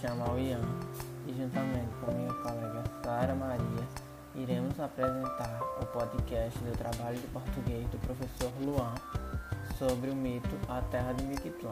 chamo Ian e juntamente com minha colega Sara Maria iremos apresentar o podcast do trabalho de português do professor Luan sobre o mito A Terra de Mictlán.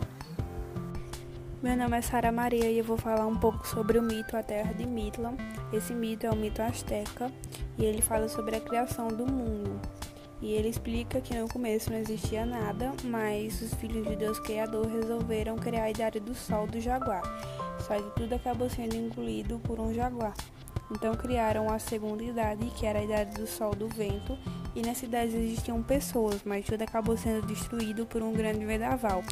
Meu nome é Sara Maria e eu vou falar um pouco sobre o mito A Terra de Mictlán. Esse mito é um mito asteca e ele fala sobre a criação do mundo. E ele explica que no começo não existia nada, mas os filhos de Deus Criador resolveram criar a idade do Sol do Jaguar. Só que tudo acabou sendo engolido por um jaguar. Então criaram a segunda idade, que era a idade do Sol do Vento, e nessa idade existiam pessoas, mas tudo acabou sendo destruído por um grande vendaval.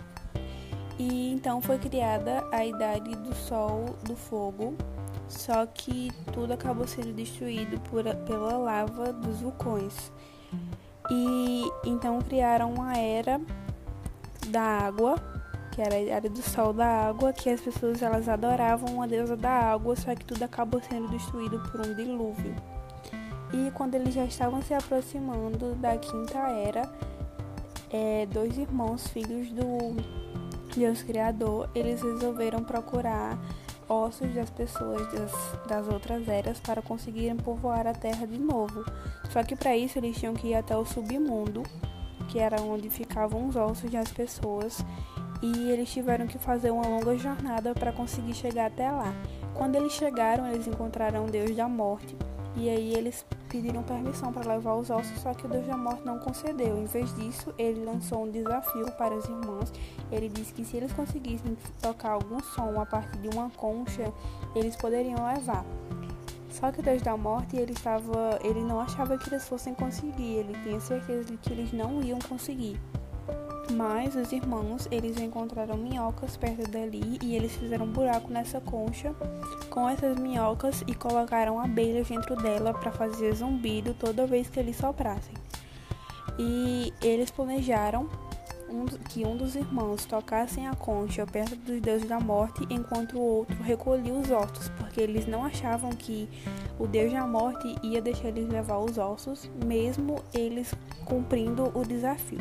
E então foi criada a idade do Sol do Fogo, só que tudo acabou sendo destruído pela lava dos vulcões. E então criaram a Era da Água, que era a idade do Sol da Água, que as pessoas elas adoravam a deusa da água, só que tudo acabou sendo destruído por um dilúvio. E quando eles já estavam se aproximando da Quinta Era, dois irmãos, filhos do Deus Criador, eles resolveram procurar ossos das pessoas das outras eras para conseguirem povoar a Terra de novo. Só que para isso eles tinham que ir até o submundo, que era onde ficavam os ossos das pessoas, e eles tiveram que fazer uma longa jornada para conseguir chegar até lá. Quando eles chegaram, eles encontraram o Deus da Morte, e aí eles pediram permissão para levar os ossos, só que o Deus da Morte não concedeu. Em vez disso, ele lançou um desafio para os irmãos. Ele disse que se eles conseguissem tocar algum som a partir de uma concha, eles poderiam levar. Só que o Deus da Morte, ele não achava que eles fossem conseguir, ele tinha certeza de que eles não iam conseguir. Mas os irmãos, eles encontraram minhocas perto dali e eles fizeram um buraco nessa concha com essas minhocas e colocaram abelhas dentro dela para fazer zumbido toda vez que eles soprassem. E eles planejaram que um dos irmãos tocassem a concha perto dos deuses da morte, enquanto o outro recolhia os ossos, porque eles não achavam que o deus da morte ia deixar eles levar os ossos, mesmo eles cumprindo o desafio.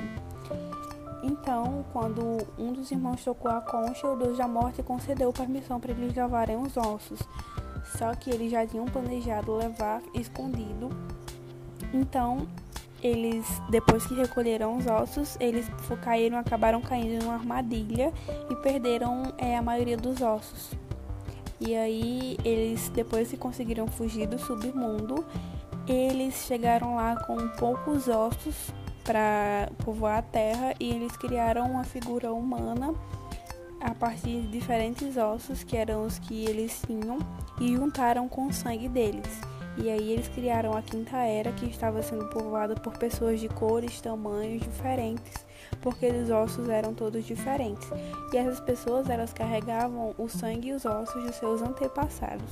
Então, quando um dos irmãos tocou a concha, o Deus da Morte concedeu permissão para eles levarem os ossos. Só que eles já tinham planejado levar escondido. Então, eles, depois que recolheram os ossos, eles acabaram caindo numa armadilha e perderam a maioria dos ossos. E aí, eles, depois que conseguiram fugir do submundo, eles chegaram lá com poucos ossos para povoar a terra, e eles criaram uma figura humana a partir de diferentes ossos, que eram os que eles tinham, e juntaram com o sangue deles. E aí eles criaram a Quinta Era, que estava sendo povoada por pessoas de cores, tamanhos diferentes, porque os ossos eram todos diferentes. E essas pessoas, elas carregavam o sangue e os ossos de seus antepassados.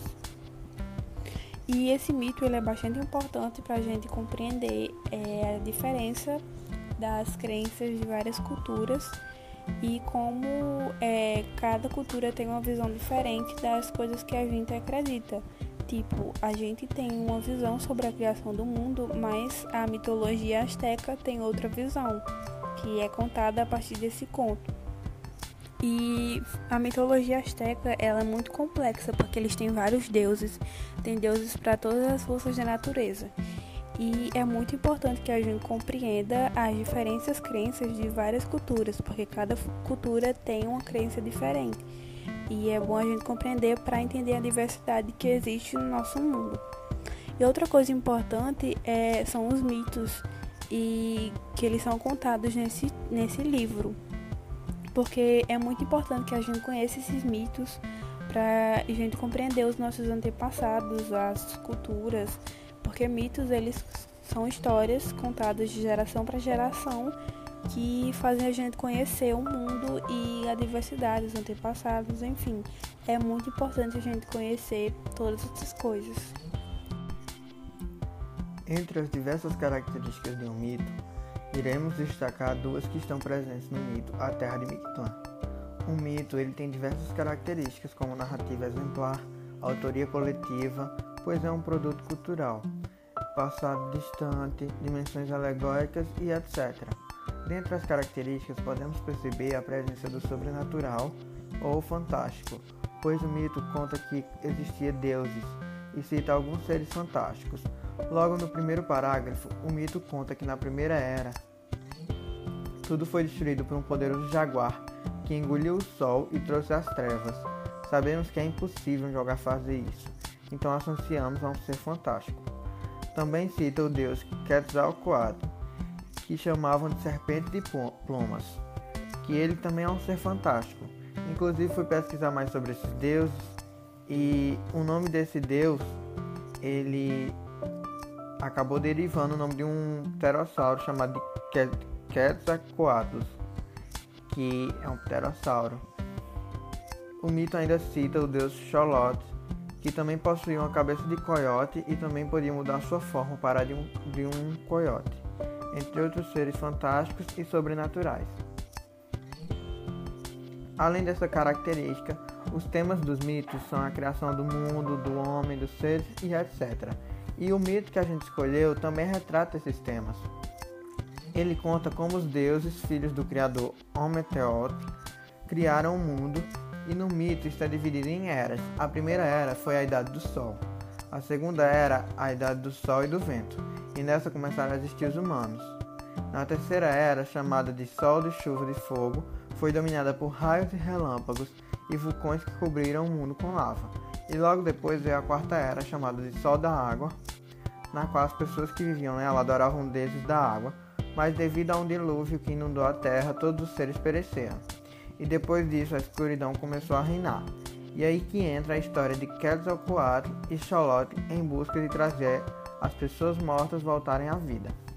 E esse mito ele é bastante importante para a gente compreender a diferença das crenças de várias culturas e como cada cultura tem uma visão diferente das coisas que a gente acredita. Tipo, a gente tem uma visão sobre a criação do mundo, mas a mitologia asteca tem outra visão, que é contada a partir desse conto. E a mitologia asteca ela é muito complexa, porque eles têm vários deuses, tem deuses para todas as forças da natureza. E é muito importante que a gente compreenda as diferentes crenças de várias culturas, porque cada cultura tem uma crença diferente. E é bom a gente compreender para entender a diversidade que existe no nosso mundo. E outra coisa importante são os mitos, e que eles são contados nesse livro. Porque é muito importante que a gente conheça esses mitos para a gente compreender os nossos antepassados, as culturas, porque mitos eles são histórias contadas de geração para geração que fazem a gente conhecer o mundo e a diversidade, os antepassados, enfim. É muito importante a gente conhecer todas essas coisas. Entre as diversas características de um mito, iremos destacar duas que estão presentes no mito A Terra de Mictlán. O mito ele tem diversas características, como narrativa exemplar, autoria coletiva, pois é um produto cultural, passado distante, dimensões alegóricas e etc. Dentre as características, podemos perceber a presença do sobrenatural ou fantástico, pois o mito conta que existia deuses e cita alguns seres fantásticos. Logo no primeiro parágrafo, o mito conta que na Primeira Era, tudo foi destruído por um poderoso jaguar que engoliu o sol e trouxe as trevas. Sabemos que é impossível um jaguar fazer isso, então associamos a um ser fantástico. Também cita o deus Quetzalcoatl, que chamavam de serpente de plumas, que ele também é um ser fantástico. Inclusive fui pesquisar mais sobre esses deuses e o nome desse deus, ele acabou derivando o nome de um pterossauro chamado de Quetzalcoatl, que é um pterossauro. O mito ainda cita o deus Xolotl, que também possuía uma cabeça de coiote e também podia mudar sua forma para a de um coiote, entre outros seres fantásticos e sobrenaturais. Além dessa característica, os temas dos mitos são a criação do mundo, do homem, dos seres e etc. E o mito que a gente escolheu também retrata esses temas. Ele conta como os deuses, filhos do criador Ometeotl, criaram o mundo, e no mito está dividido em eras. A primeira era foi a Idade do Sol, a segunda era a Idade do Sol e do Vento, e nessa começaram a existir os humanos. Na terceira era, chamada de Sol de Chuva e de Fogo, foi dominada por raios e relâmpagos e vulcões que cobriram o mundo com lava. E logo depois veio a quarta era, chamada de Sol da Água, na qual as pessoas que viviam nela adoravam deuses da água, mas devido a um dilúvio que inundou a terra, todos os seres pereceram. E depois disso a escuridão começou a reinar. E aí que entra a história de Quetzalcoatl e Xolotl em busca de trazer as pessoas mortas voltarem à vida.